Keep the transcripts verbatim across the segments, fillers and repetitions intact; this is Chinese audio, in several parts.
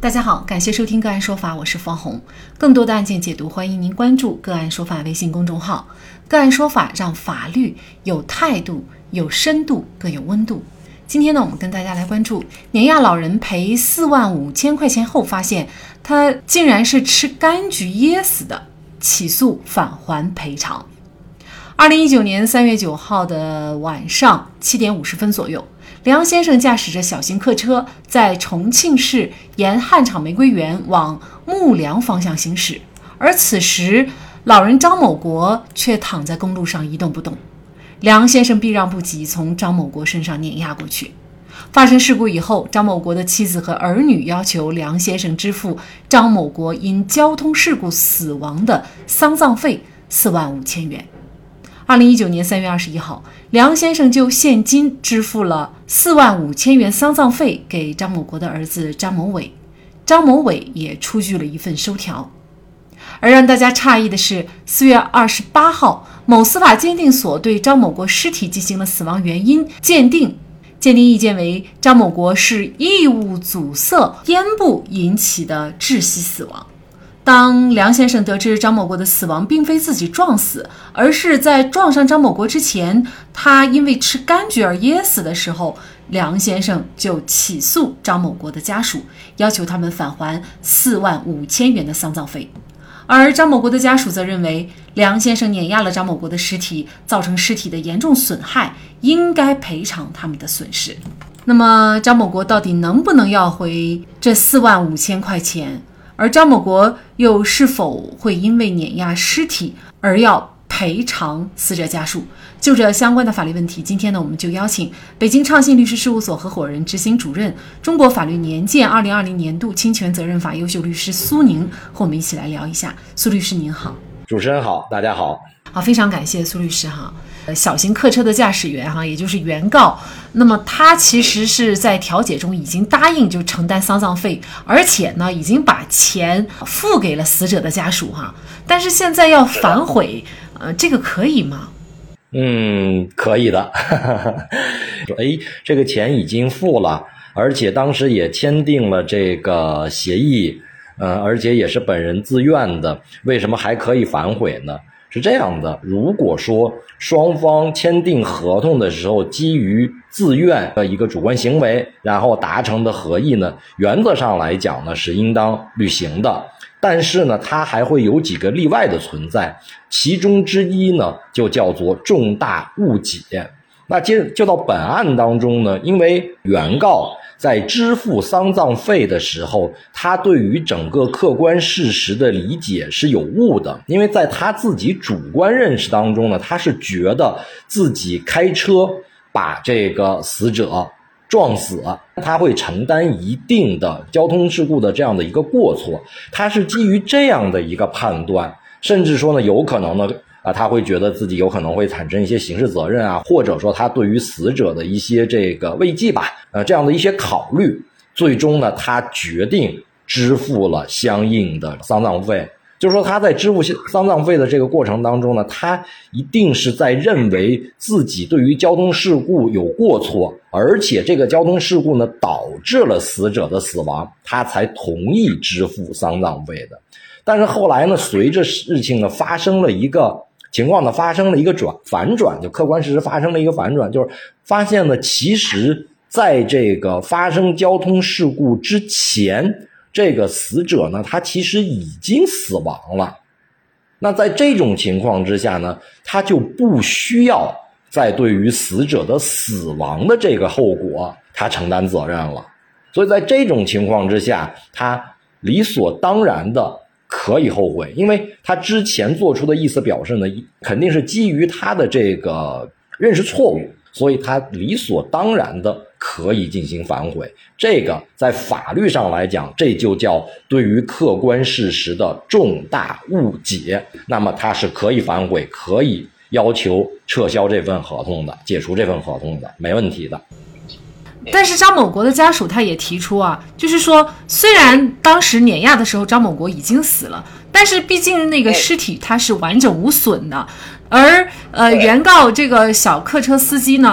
大家好，感谢收听个案说法，我是方红。更多的案件解读，欢迎您关注个案说法微信公众号。个案说法让法律有态度、有深度、更有温度。今天呢，我们跟大家来关注年亚老人赔四万五千块钱后，发现他竟然是吃柑橘噎死的，起诉返还赔偿。二零一九年三月九号的晚上七点五十分左右，梁先生驾驶着小型客车在重庆市沿汉场玫瑰园往木梁方向行驶，而此时老人张某国却躺在公路上一动不动。梁先生避让不及，从张某国身上碾压过去。发生事故以后，张某国的妻子和儿女要求梁先生支付张某国因交通事故死亡的丧葬费四万五千元。二零一九年三月二十一号，梁先生就现金支付了四万五千元丧葬费给张某国的儿子张某伟，张某伟也出具了一份收条。而让大家诧异的是，四月二十八号，某司法鉴定所对张某国尸体进行了死亡原因鉴定，鉴定意见为张某国是异物阻塞咽部引起的窒息死亡。当梁先生得知张某国的死亡并非自己撞死，而是在撞上张某国之前，他因为吃柑橘而噎死的时候，梁先生就起诉张某国的家属，要求他们返还四万五千元的丧葬费。而张某国的家属则认为，梁先生碾压了张某国的尸体，造成尸体的严重损害，应该赔偿他们的损失。那么张某国到底能不能要回这四万五千块钱？而张某国又是否会因为碾压尸体而要赔偿死者家属？就这相关的法律问题，今天呢，我们就邀请北京畅信律师事务所合伙人、执行主任、中国法律年鉴二零二零年度侵权责任法优秀律师苏宁和我们一起来聊一下。苏律师您好。 主持人好，大家好。 好，非常感谢苏律师哈。小型客车的驾驶员哈，也就是原告，那么他其实是在调解中已经答应就承担丧葬费，而且呢已经把钱付给了死者的家属哈，但是现在要反悔，呃，这个可以吗？ 嗯，可以的。哎，这个钱已经付了，而且当时也签订了这个协议，呃，而且也是本人自愿的，为什么还可以反悔呢？是这样的，如果说双方签订合同的时候基于自愿的一个主观行为，然后达成的合意呢，原则上来讲呢是应当履行的。但是呢，它还会有几个例外的存在，其中之一呢就叫做重大误解。那接着就到本案当中呢，因为原告在支付丧葬费的时候，他对于整个客观事实的理解是有误的，因为在他自己主观认识当中呢，他是觉得自己开车把这个死者撞死，他会承担一定的交通事故的这样的一个过错，他是基于这样的一个判断，甚至说呢，有可能呢啊，他会觉得自己有可能会产生一些刑事责任啊，或者说他对于死者的一些这个慰藉吧，呃，这样的一些考虑，最终呢，他决定支付了相应的丧葬费。就是说他在支付丧葬费的这个过程当中呢，他一定是在认为自己对于交通事故有过错，而且这个交通事故呢导致了死者的死亡，他才同意支付丧葬费的。但是后来呢，随着事情呢发生了一个情况呢发生了一个转反转，就客观事实发生了一个反转，就是发现呢，其实在这个发生交通事故之前，这个死者呢他其实已经死亡了。那在这种情况之下呢，他就不需要再对于死者的死亡的这个后果他承担责任了。所以在这种情况之下，他理所当然的可以后悔，因为他之前做出的意思表示呢，肯定是基于他的这个认识错误，所以他理所当然的可以进行反悔。这个在法律上来讲，这就叫对于客观事实的重大误解，那么他是可以反悔，可以要求撤销这份合同的，解除这份合同的，没问题的。 但是张某国的家属他也提出啊，就是说虽然当时碾压的时候张某国已经死了，但是毕竟那个尸体它是完整无损的，而呃原告这个小客车司机呢，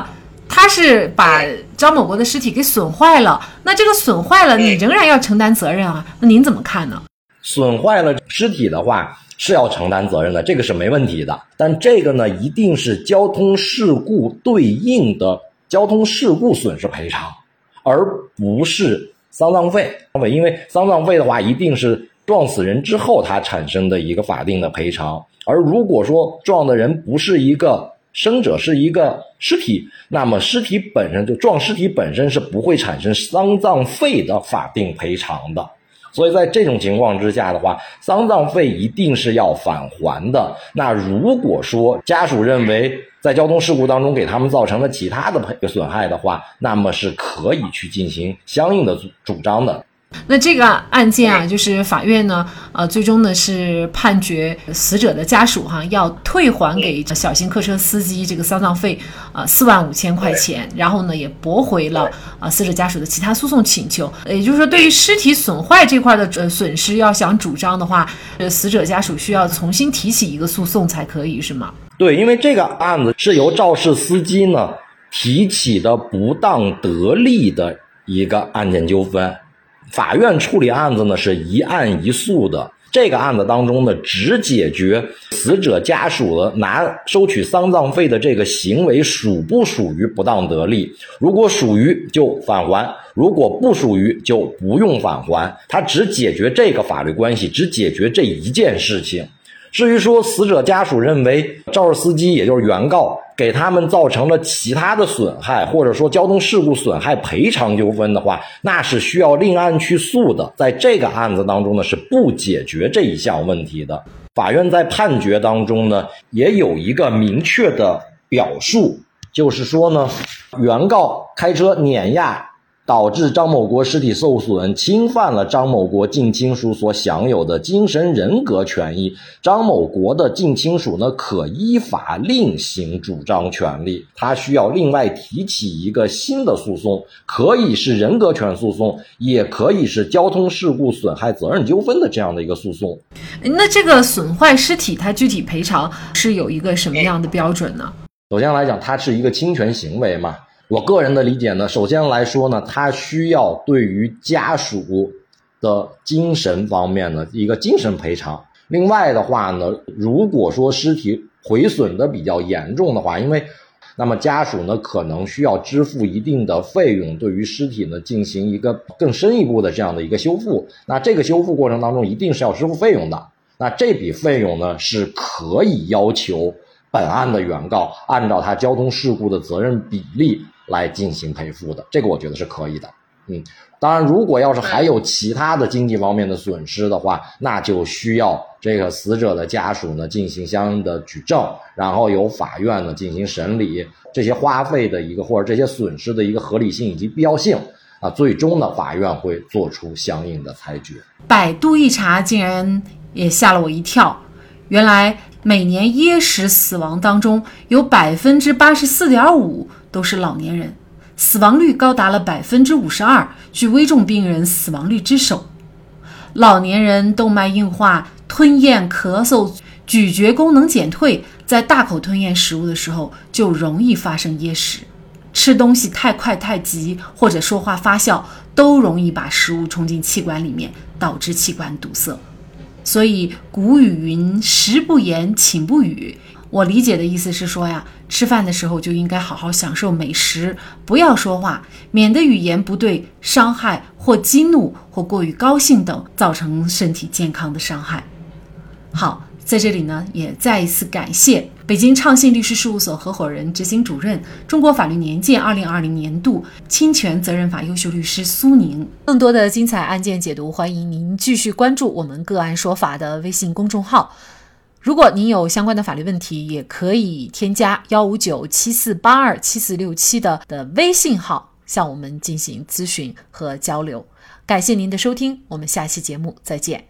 他是把张某国的尸体给损坏了，那这个损坏了你仍然要承担责任啊，那您怎么看呢？ 损坏了尸体的话是要承担责任的，这个是没问题的，但这个呢一定是交通事故对应的交通事故损失赔偿，而不是丧葬费。因为丧葬费的话一定是撞死人之后它产生的一个法定的赔偿，而如果说撞的人不是一个生者，是一个尸体，那么尸体本身就撞尸体本身是不会产生丧葬费的法定赔偿的。所以在这种情况之下的话，丧葬费一定是要返还的。那如果说家属认为在交通事故当中给他们造成了其他的损害的话，那么是可以去进行相应的主张的。 那这个案件啊，就是法院呢，呃，最终呢是判决死者的家属哈、啊、要退还给小型客车司机这个丧葬费啊四万五千块钱，然后呢也驳回了啊死者家属的其他诉讼请求。也就是说，对于尸体损坏这块的呃损失，要想主张的话，呃，死者家属需要重新提起一个诉讼才可以，是吗？ 对，因为这个案子是由肇事司机呢提起的不当得利的一个案件纠纷。法院处理案子呢是一案一诉的，这个案子当中呢只解决死者家属的拿收取丧葬费的这个行为属不属于不当得利，如果属于就返还，如果不属于就不用返还，它只解决这个法律关系，只解决这一件事情。至于说死者家属认为肇事司机也就是原告给他们造成了其他的损害，或者说交通事故损害赔偿纠纷的话，那是需要另案去诉的。在这个案子当中呢是不解决这一项问题的。法院在判决当中呢也有一个明确的表述，就是说呢原告开车碾压导致张某国尸体受损，侵犯了张某国近亲属所享有的精神人格权益。张某国的近亲属呢，可依法另行主张权利，他需要另外提起一个新的诉讼，可以是人格权诉讼，也可以是交通事故损害责任纠纷的这样的一个诉讼。 那这个损坏尸体，它具体赔偿是有一个什么样的标准呢？ 首先来讲，它是一个侵权行为嘛。我个人的理解呢，首先来说呢，它需要对于家属的精神方面的一个精神赔偿。另外的话呢，如果说尸体毁损的比较严重的话，因为那么家属呢可能需要支付一定的费用，对于尸体呢进行一个更深一步的这样的一个修复。那这个修复过程当中一定是要支付费用的。那这笔费用呢是可以要求本案的原告按照他交通事故的责任比例来进行赔付的，这个我觉得是可以的。嗯，当然如果要是还有其他的经济方面的损失的话，那就需要这个死者的家属呢进行相应的举证，然后由法院呢进行审理这些花费的一个或者这些损失的一个合理性以及必要性啊，最终呢法院会做出相应的裁决。 百度一查竟然也吓了我一跳，原来每年噎食死亡当中有 百分之八十四点五 都是老年人，死亡率高达了 百分之五十二， 居危重病人死亡率之首。老年人动脉硬化、吞咽、咳嗽、咀嚼功能减退，在大口吞咽食物的时候就容易发生噎食。吃东西太快太急，或者说话发笑，都容易把食物冲进气管里面，导致气管堵塞。所以古语云食不言，寝不语。我理解的意思是说呀，吃饭的时候就应该好好享受美食，不要说话，免得语言不对伤害或激怒或过于高兴等造成身体健康的伤害。好，在这里呢也再一次感谢北京畅信律师事务所合伙人、执行主任、中国法律年鉴二零二零年度侵权责任法优秀律师苏宁。更多的精彩案件解读，欢迎您继续关注我们个案说法的微信公众号。如果您有相关的法律问题，也可以添加一五九七四八二七四六七的的微信号向我们进行咨询和交流。感谢您的收听，我们下期节目再见。